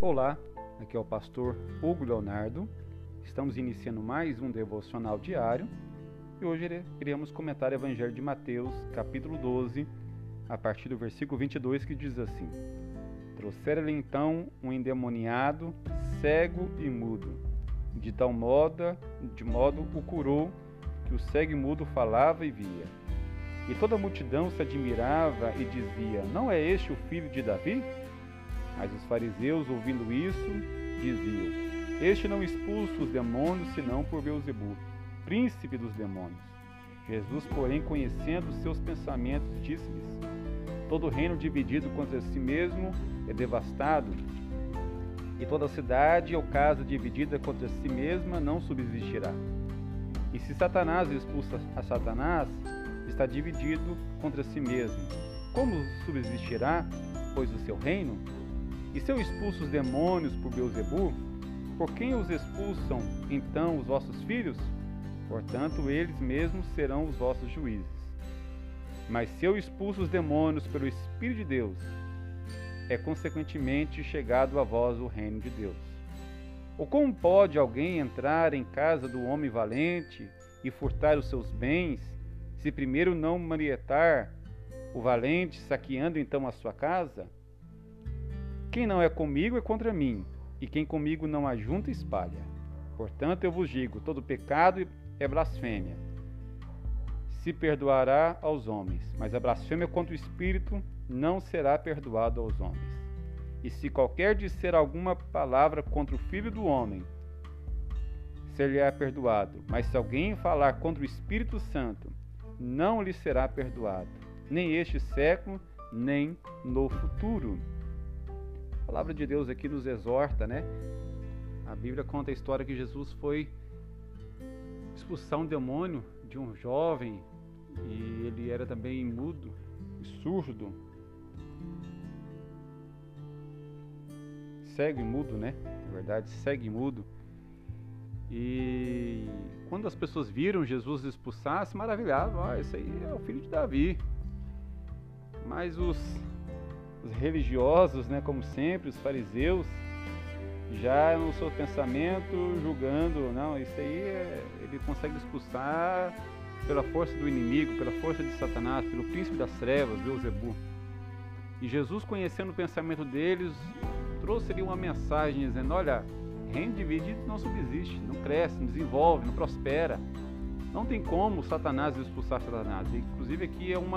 Olá, aqui é o pastor Hugo Leonardo. Estamos iniciando mais um devocional diário e hoje iremos comentar o Evangelho de Mateus, capítulo 12, a partir do versículo 22, que diz assim: Trouxeram-lhe então um endemoniado, cego e mudo. De modo o curou, que o cego e mudo falava e via. E toda a multidão se admirava e dizia: Não é este o filho de Davi? Mas os fariseus, ouvindo isso, diziam: Este não expulsa os demônios, senão por Beelzebul, príncipe dos demônios. Jesus, porém, conhecendo os seus pensamentos, disse-lhes: Todo reino dividido contra si mesmo é devastado, e toda cidade ou casa dividida contra si mesma não subsistirá. E se Satanás expulsa a Satanás, está dividido contra si mesmo. Como subsistirá, pois, o seu reino? E se eu expulso os demônios por Beelzebul, por quem os expulsam, então, os vossos filhos? Portanto, eles mesmos serão os vossos juízes. Mas se eu expulso os demônios pelo Espírito de Deus, é consequentemente chegado a vós o reino de Deus. Ou como pode alguém entrar em casa do homem valente e furtar os seus bens, se primeiro não manietar o valente, saqueando então a sua casa? Quem não é comigo é contra mim, e quem comigo não ajunta espalha. Portanto, eu vos digo, todo pecado é blasfêmia. Se perdoará aos homens, mas a blasfêmia contra o Espírito não será perdoada aos homens. E se qualquer disser alguma palavra contra o Filho do Homem, ser-lhe-á perdoado. Mas se alguém falar contra o Espírito Santo, não lhe será perdoado, nem este século, nem no futuro. A palavra de Deus aqui nos exorta, né? A Bíblia conta a história que Jesus foi expulsar um demônio de um jovem, e ele era também mudo e surdo, cego e mudo, né? Na verdade, cego e mudo. E quando as pessoas viram Jesus expulsar, se maravilhavam: esse aí é o filho de Davi. Mas os religiosos, né, como sempre, os fariseus, já no seu pensamento julgando: não, isso aí ele consegue expulsar pela força do inimigo, pela força de Satanás, pelo príncipe das trevas, Beelzebul. E Jesus, conhecendo o pensamento deles, trouxe-lhe uma mensagem dizendo: olha, reino dividido não subsiste, não cresce, não desenvolve, não prospera. Não tem como Satanás expulsar Satanás. Inclusive aqui é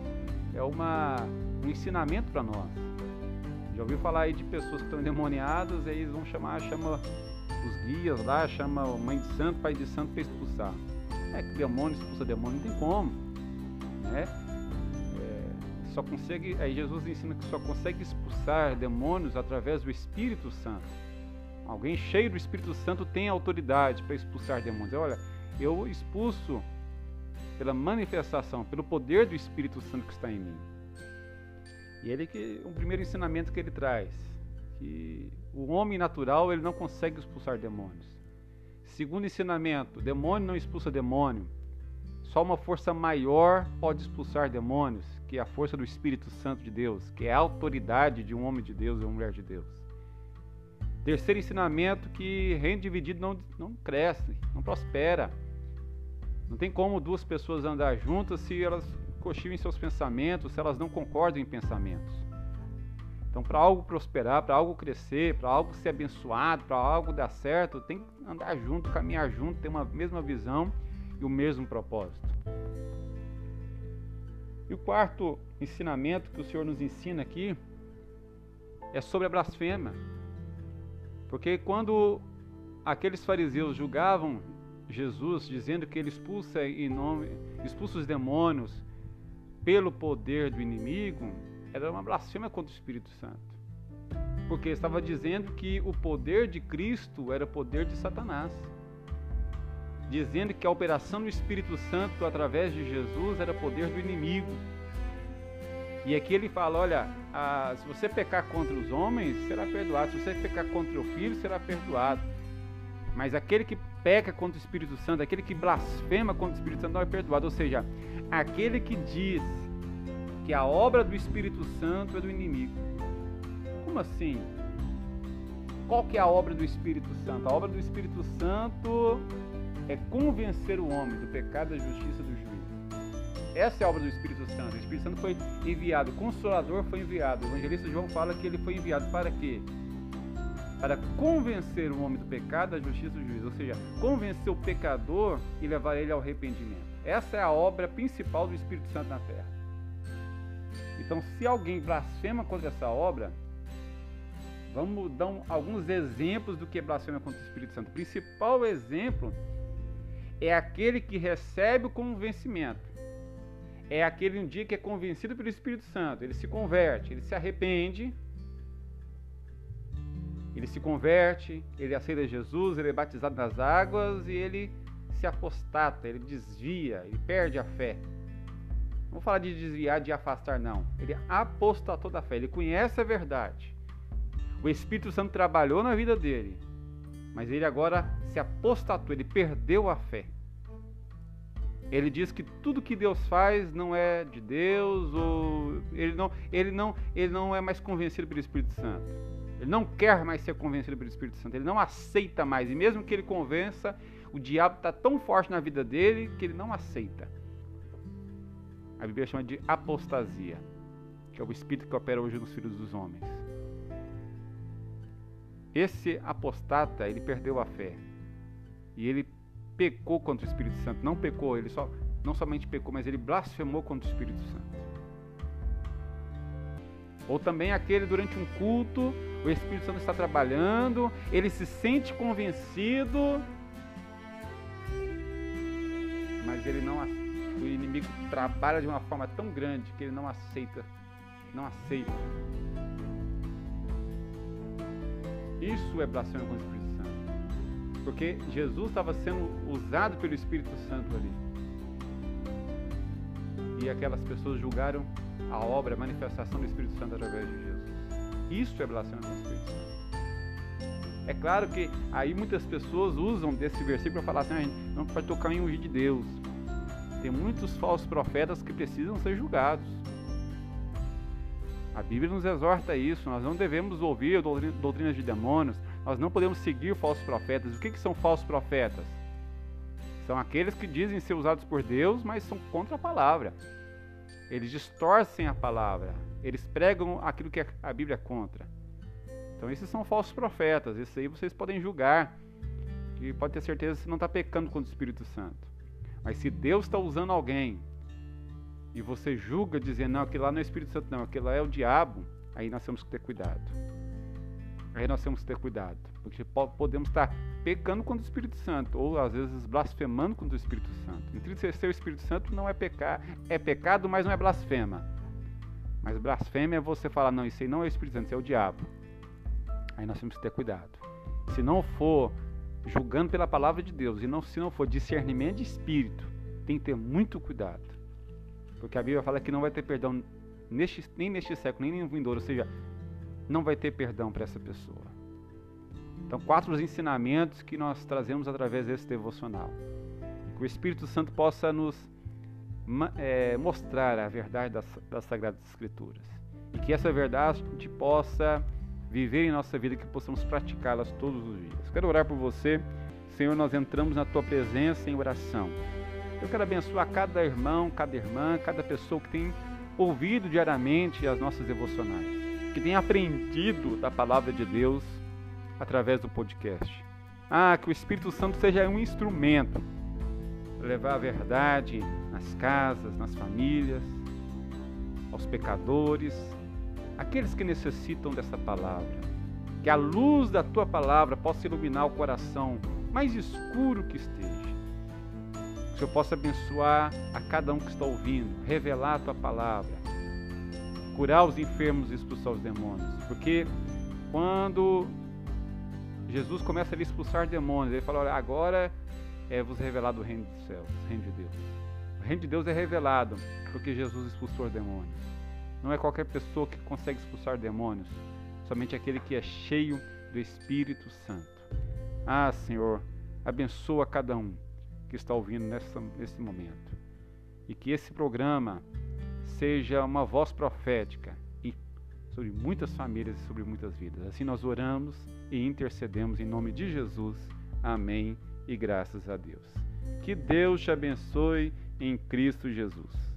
um ensinamento para nós. Já ouviu falar aí de pessoas que estão endemoniadas, e aí eles vão chama os guias lá, chama a mãe de santo, pai de santo para expulsar. É que demônio expulsa demônio, não tem como, né? Só consegue, aí Jesus ensina que só consegue expulsar demônios através do Espírito Santo. Alguém cheio do Espírito Santo tem autoridade para expulsar demônios. Olha, eu expulso pela manifestação, pelo poder do Espírito Santo que está em mim. E o primeiro ensinamento que ele traz, que o homem natural ele não consegue expulsar demônios. Segundo ensinamento, demônio não expulsa demônio. Só uma força maior pode expulsar demônios, que é a força do Espírito Santo de Deus, que é a autoridade de um homem de Deus e uma mulher de Deus. Terceiro ensinamento, que reino dividido não cresce, não prospera. Não tem como duas pessoas andar juntas se elas cochilem seus pensamentos, se elas não concordam em pensamentos. Então, para algo prosperar, para algo crescer, para algo ser abençoado, para algo dar certo, tem que andar junto, caminhar junto, ter uma mesma visão e o mesmo propósito. E o quarto ensinamento que o Senhor nos ensina aqui é sobre a blasfêmia. Porque quando aqueles fariseus julgavam Jesus, dizendo que ele expulsa os demônios pelo poder do inimigo, era uma blasfêmia contra o Espírito Santo. Porque estava dizendo que o poder de Cristo era o poder de Satanás. Dizendo que a operação do Espírito Santo através de Jesus era poder do inimigo. E aqui ele fala: olha, se você pecar contra os homens, será perdoado. Se você pecar contra o Filho, será perdoado. Mas aquele que peca contra o Espírito Santo, aquele que blasfema contra o Espírito Santo, não é perdoado. Ou seja, aquele que diz que a obra do Espírito Santo é do inimigo. Como assim? Qual que é a obra do Espírito Santo? A obra do Espírito Santo é convencer o homem do pecado, da justiça e do juízo. Essa é a obra do Espírito Santo. O Espírito Santo foi enviado, o Consolador foi enviado. O evangelista João fala que ele foi enviado para quê? Para convencer o homem do pecado, da justiça e do juízo. Ou seja, convencer o pecador e levar ele ao arrependimento. Essa é a obra principal do Espírito Santo na terra. Então, se alguém blasfema contra essa obra, vamos dar alguns exemplos do que é blasfema contra o Espírito Santo. O principal exemplo é aquele que recebe o convencimento. É aquele um dia que é convencido pelo Espírito Santo. Ele se converte, ele se arrepende, ele se converte, ele aceita Jesus, ele é batizado nas águas e ele se apostata, ele desvia, ele perde a fé. Não vou falar de desviar, de afastar, não. Ele apostatou da fé, ele conhece a verdade. O Espírito Santo trabalhou na vida dele, mas ele agora se apostatou, ele perdeu a fé. Ele diz que tudo que Deus faz não é de Deus, ou ele não é mais convencido pelo Espírito Santo. Ele não quer mais ser convencido pelo Espírito Santo, ele não aceita mais. E mesmo que ele convença, o diabo está tão forte na vida dele que ele não aceita. A Bíblia chama de apostasia, que é o espírito que opera hoje nos filhos dos homens. Esse apostata, ele perdeu a fé. E ele pecou contra o Espírito Santo. Não pecou, não somente pecou, mas ele blasfemou contra o Espírito Santo. Ou também aquele durante um culto, o Espírito Santo está trabalhando, ele se sente convencido, mas ele não aceita. O inimigo trabalha de uma forma tão grande que ele não aceita. Isso é blasfêmia contra o Espírito Santo. Porque Jesus estava sendo usado pelo Espírito Santo ali. E aquelas pessoas julgaram a obra, a manifestação do Espírito Santo através de Jesus. Isso é blasfêmia contra o Espírito Santo. É claro que aí muitas pessoas usam desse versículo para falar assim, não pode tocar em ungir de Deus. Tem muitos falsos profetas que precisam ser julgados. A Bíblia nos exorta a isso. Nós não devemos ouvir doutrinas de demônios. Nós não podemos seguir falsos profetas. O que são falsos profetas? São aqueles que dizem ser usados por Deus, mas são contra a palavra. Eles distorcem a palavra. Eles pregam aquilo que a Bíblia é contra. Então esses são falsos profetas. Esses aí vocês podem julgar. E pode ter certeza que você não está pecando contra o Espírito Santo. Mas se Deus está usando alguém e você julga dizendo, não, aquilo lá não é o Espírito Santo, não, aquilo lá é o diabo, aí nós temos que ter cuidado. Porque podemos estar pecando contra o Espírito Santo, ou às vezes blasfemando contra o Espírito Santo. Entristecer o Espírito Santo não é pecar, é pecado, mas não é blasfema. Mas blasfêmia é você falar, não, isso aí não é o Espírito Santo, isso é o diabo. Aí nós temos que ter cuidado. Se não for julgando pela palavra de Deus, se não for discernimento de espírito, tem que ter muito cuidado, porque a Bíblia fala que não vai ter perdão nem neste século, nem no vindouro, ou seja, não vai ter perdão para essa pessoa. Então, 4 ensinamentos que nós trazemos através desse devocional, que o Espírito Santo possa nos mostrar a verdade das Sagradas Escrituras, e que essa verdade possa viver em nossa vida, que possamos praticá-las todos os dias. Quero orar por você. Senhor, nós entramos na Tua presença em oração. Eu quero abençoar cada irmão, cada irmã, cada pessoa que tem ouvido diariamente as nossas devocionais, que tem aprendido da Palavra de Deus através do podcast. Que o Espírito Santo seja um instrumento para levar a verdade nas casas, nas famílias, aos pecadores, aqueles que necessitam dessa palavra. Que a luz da Tua palavra possa iluminar o coração mais escuro que esteja. Que o Senhor possa abençoar a cada um que está ouvindo, revelar a Tua palavra, curar os enfermos e expulsar os demônios. Porque quando Jesus começa a expulsar demônios, Ele fala, olha, agora é-vos revelado o reino dos céus, o reino de Deus. O reino de Deus é revelado porque Jesus expulsou os demônios. Não é qualquer pessoa que consegue expulsar demônios, somente aquele que é cheio do Espírito Santo. Senhor, abençoa cada um que está ouvindo nesse momento. E que esse programa seja uma voz profética e, sobre muitas famílias e sobre muitas vidas. Assim nós oramos e intercedemos em nome de Jesus. Amém e graças a Deus. Que Deus te abençoe em Cristo Jesus.